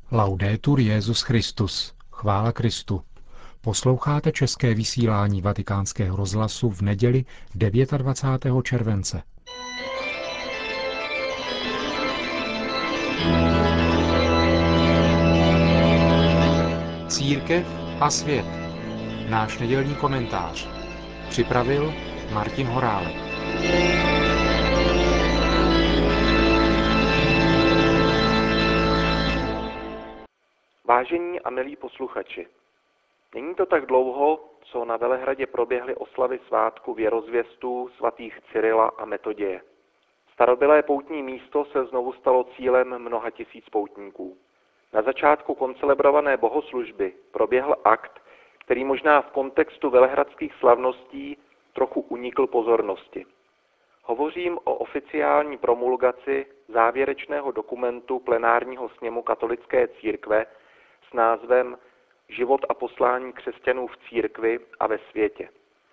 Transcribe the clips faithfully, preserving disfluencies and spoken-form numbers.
Laudetur Jesus Christus. Chvála Kristu. Posloucháte české vysílání Vatikánského rozhlasu v neděli dvacátého devátého července. Církev a svět. Náš nedělní komentář. Připravil Martin Horálek. Vážení a milí posluchači, není to tak dlouho, co na Velehradě proběhly oslavy svátku věrozvěstů svatých Cyrila a Metoděje. Starobylé poutní místo se znovu stalo cílem mnoha tisíc poutníků. Na začátku koncelebrované bohoslužby proběhl akt, který možná v kontextu velehradských slavností trochu unikl pozornosti. Hovořím o oficiální promulgaci závěrečného dokumentu plenárního sněmu katolické církve s názvem Život a poslání křesťanů v církvi a ve světě.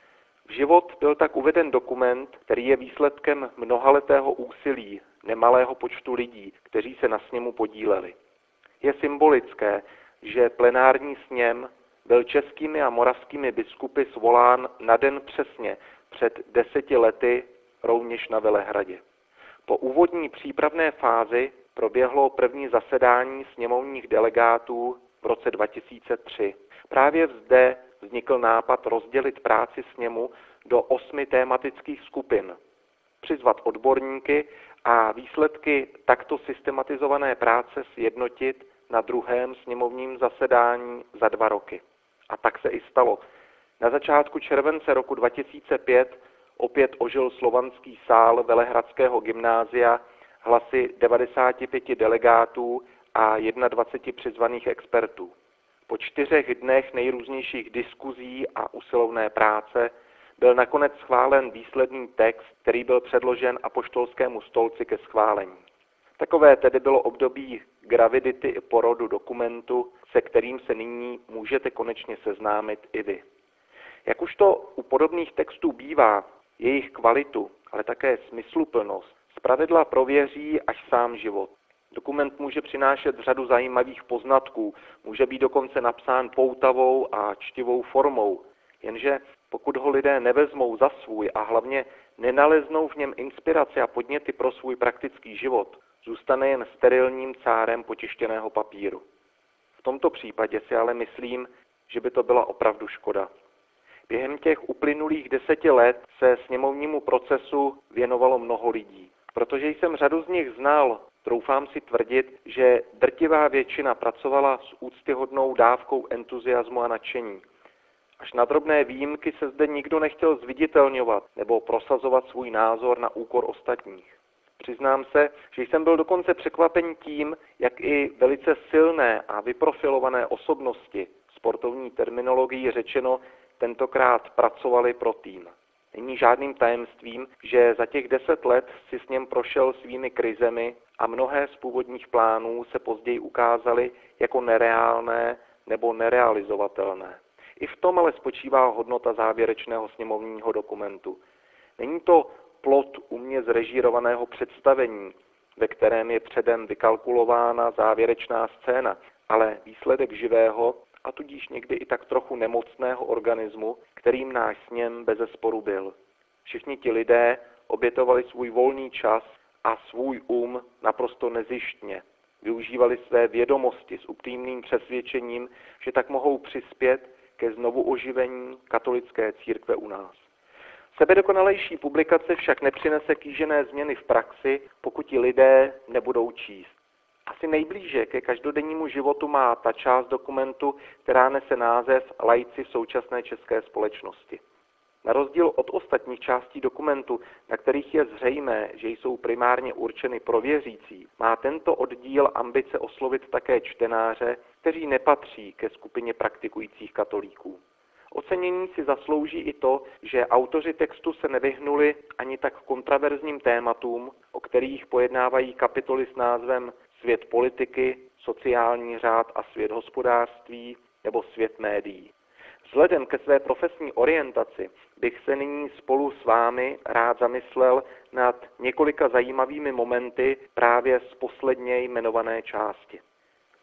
V život byl tak uveden dokument, který je výsledkem mnohaletého úsilí nemalého počtu lidí, kteří se na sněmu podíleli. Je symbolické, že plenární sněm byl českými a moravskými biskupy svolán na den přesně před deseti lety rovněž na Velehradě. Po úvodní přípravné fázi proběhlo první zasedání sněmovních delegátů v roce dva tisíce tři. Právě zde vznikl nápad rozdělit práci sněmu do osmi tématických skupin, přizvat odborníky a výsledky takto systematizované práce sjednotit na druhém sněmovním zasedání za dva roky. A tak se i stalo. Na začátku července roku dva tisíce pět opět ožil slovanský sál Velehradského gymnázia hlasy devadesáti pěti delegátů a dvaceti jedna přizvaných expertů. Po čtyřech dnech nejrůznějších diskuzí a usilovné práce byl nakonec schválen výsledný text, který byl předložen apoštolskému stolci ke schválení. Takové tedy bylo období gravidity i porodu dokumentu, se kterým se nyní můžete konečně seznámit i vy. Jak už to u podobných textů bývá, jejich kvalitu, ale také smysluplnost zpravidla prověří až sám život. Dokument může přinášet řadu zajímavých poznatků, může být dokonce napsán poutavou a čtivou formou, jenže pokud ho lidé nevezmou za svůj a hlavně nenaleznou v něm inspiraci a podněty pro svůj praktický život, zůstane jen sterilním cárem potištěného papíru. V tomto případě si ale myslím, že by to byla opravdu škoda. Během těch uplynulých deseti let se sněmovnímu procesu věnovalo mnoho lidí. Protože jsem řadu z nich znal, troufám si tvrdit, že drtivá většina pracovala s úctyhodnou dávkou entuziasmu a nadšení. Až na drobné výjimky se zde nikdo nechtěl zviditelňovat nebo prosazovat svůj názor na úkor ostatních. Přiznám se, že jsem byl dokonce překvapen tím, jak i velice silné a vyprofilované osobnosti, sportovní terminologií řečeno, tentokrát pracovali pro tým. Není žádným tajemstvím, že za těch deset let si s něm prošel svými krizemi a mnohé z původních plánů se později ukázaly jako nereálné nebo nerealizovatelné. I v tom ale spočívá hodnota závěrečného sněmovního dokumentu. Není to plod umě zrežírovaného představení, ve kterém je předem vykalkulována závěrečná scéna, ale výsledek živého a tudíž někdy i tak trochu nemocného organismu, kterým náš sněm bezesporu byl. Všichni ti lidé obětovali svůj volný čas a svůj um naprosto nezištně. Využívali své vědomosti s upřímným přesvědčením, že tak mohou přispět ke znovu oživení katolické církve u nás. Sebedokonalejší publikace však nepřinese kýžené změny v praxi, pokud ti lidé nebudou číst. Asi nejblíže ke každodennímu životu má ta část dokumentu, která nese název Laici v současné české společnosti. Na rozdíl od ostatních částí dokumentu, na kterých je zřejmé, že jsou primárně určeny pro věřící, má tento oddíl ambice oslovit také čtenáře, kteří nepatří ke skupině praktikujících katolíků. Ocenění si zaslouží i to, že autoři textu se nevyhnuli ani tak kontraverzním tématům, o kterých pojednávají kapitoly s názvem Svět politiky, sociální řád a svět hospodářství nebo svět médií. Vzhledem ke své profesní orientaci bych se nyní spolu s vámi rád zamyslel nad několika zajímavými momenty právě z posledně jmenované části.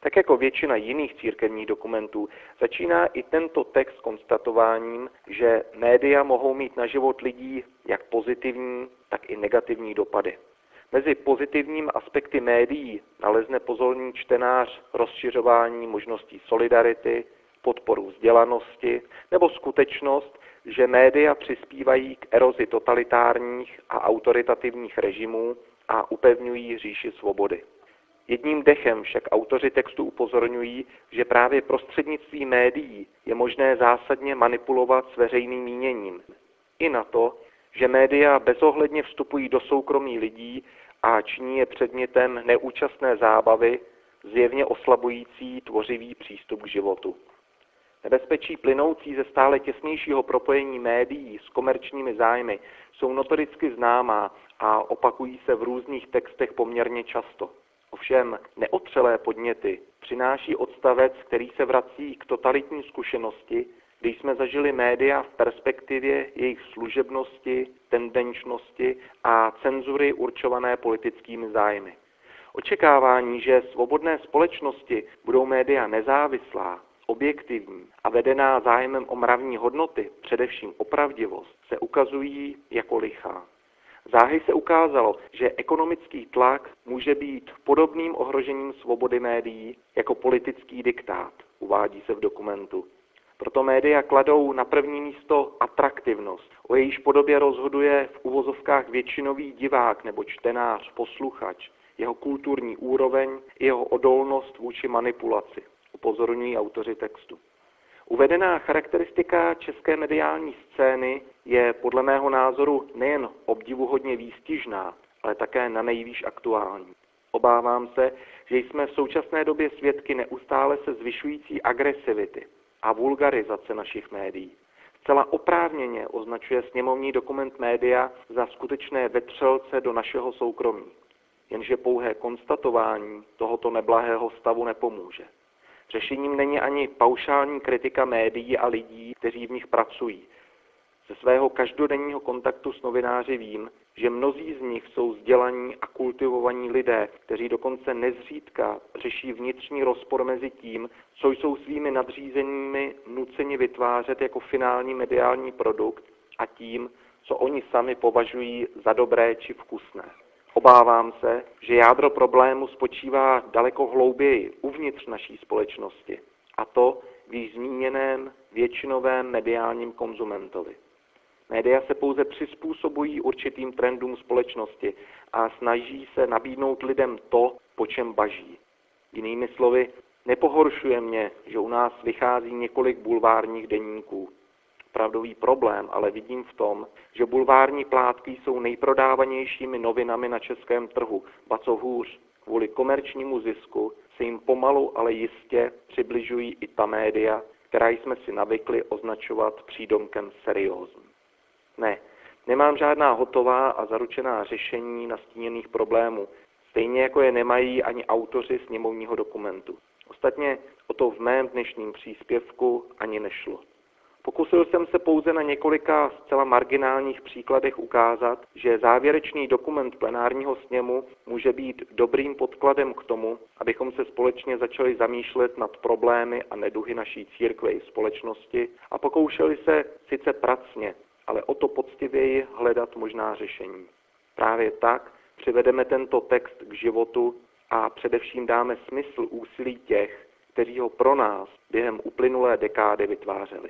Tak jako většina jiných církevních dokumentů začíná i tento text konstatováním, že média mohou mít na život lidí jak pozitivní, tak i negativní dopady. Mezi pozitivními aspekty médií nalezne pozorný čtenář rozšiřování možností solidarity, podporu vzdělanosti nebo skutečnost, že média přispívají k erozi totalitárních a autoritativních režimů a upevňují říši svobody. Jedním dechem však autoři textu upozorňují, že právě prostřednictvím médií je možné zásadně manipulovat s veřejným míněním. I na to, že média bezohledně vstupují do soukromí lidí a činí je předmětem neúčastné zábavy, zjevně oslabující tvořivý přístup k životu. Nebezpečí plynoucí ze stále těsnějšího propojení médií s komerčními zájmy jsou notoricky známá a opakují se v různých textech poměrně často. Ovšem neotřelé podněty přináší odstavec, který se vrací k totalitní zkušenosti, kdy jsme zažili média v perspektivě jejich služebnosti, tendenčnosti a cenzury určované politickými zájmy. Očekávání, že svobodné společnosti budou média nezávislá, objektivní a vedená zájmem o mravní hodnoty, především o pravdivost, se ukazují jako lichá. Záhy se ukázalo, že ekonomický tlak může být podobným ohrožením svobody médií jako politický diktát, uvádí se v dokumentu. Proto média kladou na první místo atraktivnost. O jejíž podobě rozhoduje v uvozovkách většinový divák nebo čtenář, posluchač, jeho kulturní úroveň i jeho odolnost vůči manipulaci, upozorňují autoři textu. Uvedená charakteristika české mediální scény je podle mého názoru nejen obdivuhodně výstižná, ale také nanejvýš aktuální. Obávám se, že jsme v současné době svědky neustále se zvyšující agresivity a vulgarizace našich médií. Zcela oprávněně označuje sněmovní dokument média za skutečné vetřelce do našeho soukromí. Jenže pouhé konstatování tohoto neblahého stavu nepomůže. Řešením není ani paušální kritika médií a lidí, kteří v nich pracují. Ze svého každodenního kontaktu s novináři vím, že mnozí z nich jsou vzdělaní a kultivovaní lidé, kteří dokonce nezřídka řeší vnitřní rozpor mezi tím, co jsou svými nadřízenými nuceni vytvářet jako finální mediální produkt a tím, co oni sami považují za dobré či vkusné. Obávám se, že jádro problému spočívá daleko hlouběji uvnitř naší společnosti, a to v již zmíněném většinovém mediálním konzumentovi. Média se pouze přizpůsobují určitým trendům společnosti a snaží se nabídnout lidem to, po čem baží. Jinými slovy, nepohoršuje mě, že u nás vychází několik bulvárních deníků. Pravdový problém ale vidím v tom, že bulvární plátky jsou nejprodávanějšími novinami na českém trhu, ba co hůř, kvůli komerčnímu zisku se jim pomalu, ale jistě přibližují i ta média, která jsme si navykli označovat přídomkem seriózní. Ne, nemám žádná hotová a zaručená řešení nastíněných problémů, stejně jako je nemají ani autoři sněmovního dokumentu. Ostatně o to v mém dnešním příspěvku ani nešlo. Pokusil jsem se pouze na několika zcela marginálních příkladech ukázat, že závěrečný dokument plenárního sněmu může být dobrým podkladem k tomu, abychom se společně začali zamýšlet nad problémy a neduhy naší církve i společnosti a pokoušeli se sice pracně, ale o to poctivěji hledat možná řešení. Právě tak přivedeme tento text k životu a především dáme smysl úsilí těch, kteří ho pro nás během uplynulé dekády vytvářeli.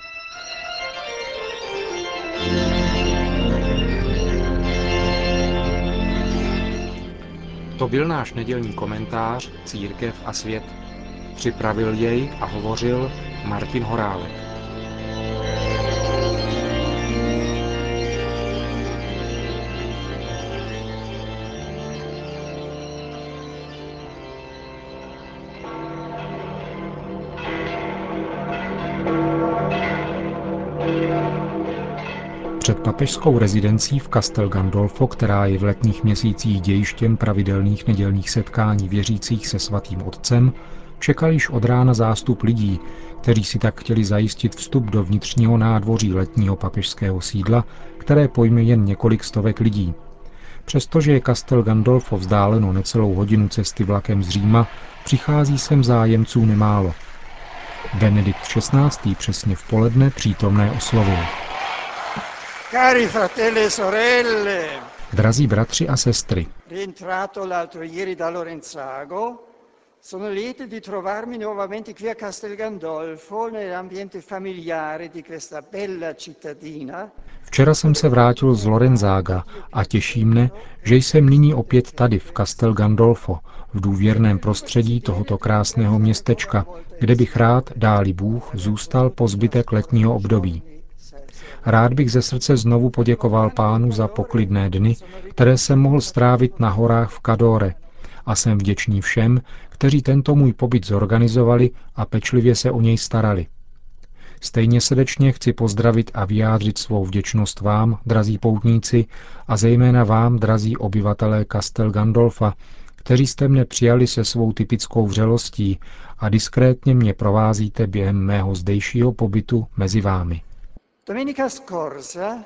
To byl náš nedělní komentář Církev a svět. Připravil jej a hovořil Martin Horálek. Před papežskou rezidencí v Castel Gandolfo, která je v letních měsících dějištěm pravidelných nedělních setkání věřících se svatým otcem, čekal již od rána zástup lidí, kteří si tak chtěli zajistit vstup do vnitřního nádvoří letního papežského sídla, které pojme jen několik stovek lidí. Přestože je Castel Gandolfo vzdáleno necelou hodinu cesty vlakem z Říma, přichází sem zájemců nemálo. Benedikt šestnáctý přesně v poledne přítomné oslovil. Cari fratelli e sorelle, Drazí bratři a sestry, rientrato l'altro ieri da Lorenzago, sono lieto di trovarmi nuovamente qui a Castel Gandolfo nell'ambiente familiare di questa bella cittadina. Včera jsem se vrátil z Lorenzága a těší mne, že jsem nyní opět tady v Castel Gandolfo, v důvěrném prostředí tohoto krásného městečka, kde bych rád, dáli Bůh, zůstal po zbytek letního období. Rád bych ze srdce znovu poděkoval Pánu za poklidné dny, které jsem mohl strávit na horách v Cadore, a jsem vděčný všem, kteří tento můj pobyt zorganizovali a pečlivě se o něj starali. Stejně srdečně chci pozdravit a vyjádřit svou vděčnost vám, drazí poutníci, a zejména vám, drazí obyvatelé Castel Gandolfa, kteří jste mne přijali se svou typickou vřelostí a diskrétně mě provázíte během mého zdejšího pobytu mezi vámi. Domenica scorsa,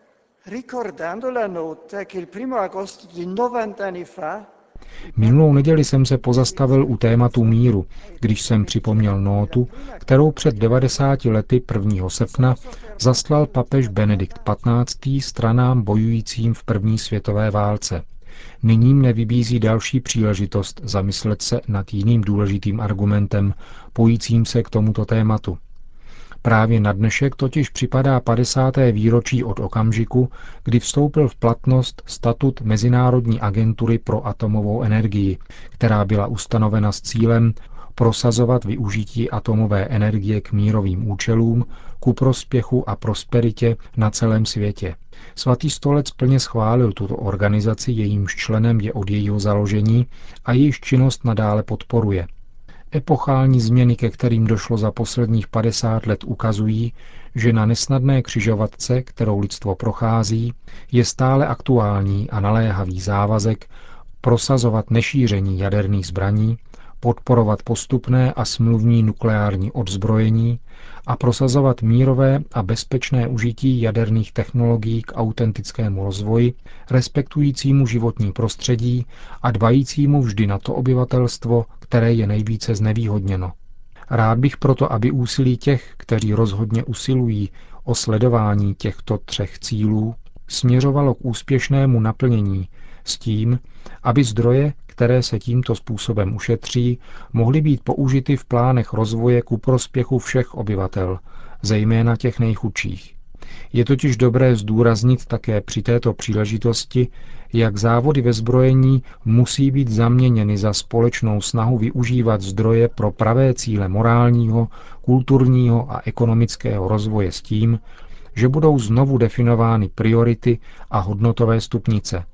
ricordando la nota che il primo agosto di novanta anni fa. Minulou neděli jsem se pozastavil u tématu míru, když jsem připomněl nótu, kterou před devadesáti lety prvního srpna zaslal papež Benedikt patnáctý stranám bojujícím v první světové válce. Nyní mne vybízí další příležitost zamyslet se nad jiným důležitým argumentem, pojícím se k tomuto tématu. Právě na dnešek totiž připadá padesáté výročí od okamžiku, kdy vstoupil v platnost statut Mezinárodní agentury pro atomovou energii, která byla ustanovena s cílem prosazovat využití atomové energie k mírovým účelům, ku prospěchu a prosperitě na celém světě. Svatý stolec plně schválil tuto organizaci, jejímž členem je od jejího založení a jejíž činnost nadále podporuje. Epochální změny, ke kterým došlo za posledních padesát let, ukazují, že na nesnadné křižovatce, kterou lidstvo prochází, je stále aktuální a naléhavý závazek prosazovat nešíření jaderných zbraní, podporovat postupné a smluvní nukleární odzbrojení a prosazovat mírové a bezpečné užití jaderných technologií k autentickému rozvoji, respektujícímu životní prostředí a dbajícímu vždy na to obyvatelstvo, které je nejvíce znevýhodněno. Rád bych proto, aby úsilí těch, kteří rozhodně usilují o sledování těchto třech cílů, směřovalo k úspěšnému naplnění s tím, aby zdroje, které se tímto způsobem ušetří, mohly být použity v plánech rozvoje ku prospěchu všech obyvatel, zejména těch nejchudších. Je totiž dobré zdůraznit také při této příležitosti, jak závody ve zbrojení musí být zaměněny za společnou snahu využívat zdroje pro pravé cíle morálního, kulturního a ekonomického rozvoje s tím, že budou znovu definovány priority a hodnotové stupnice.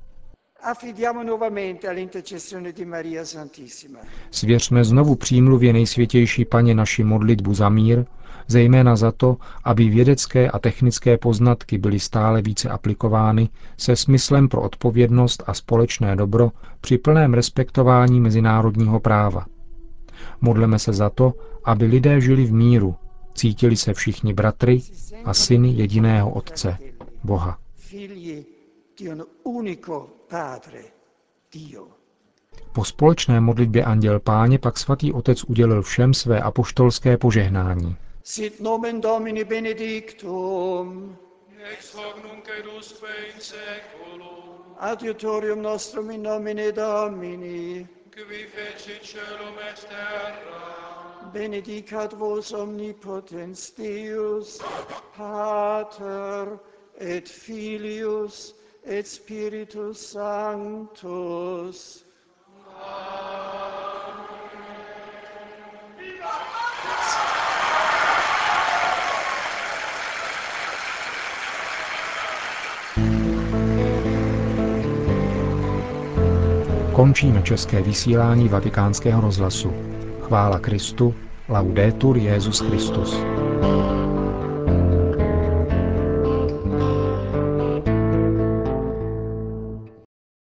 Svěřme znovu přímluvě Nejsvětější Panně naši modlitbu za mír, zejména za to, aby vědecké a technické poznatky byly stále více aplikovány se smyslem pro odpovědnost a společné dobro při plném respektování mezinárodního práva. Modleme se za to, aby lidé žili v míru, cítili se všichni bratry a syny jediného Otce, Boha. Po společné modlitbě Anděl Páně pak svatý Otec udělil všem své apoštolské požehnání. Sit nomen Domini benedictum, ex hoc nunc et usque in seculum, adiutorium nostrum in nomine Domini, qui fecit caelum et terra, benedicat vos omnipotens Deus, Pater et Filius et Spiritus Sanctus. Končíme české vysílání Vatikánského rozhlasu. Chvála Kristu, laudetur Jesus Christus.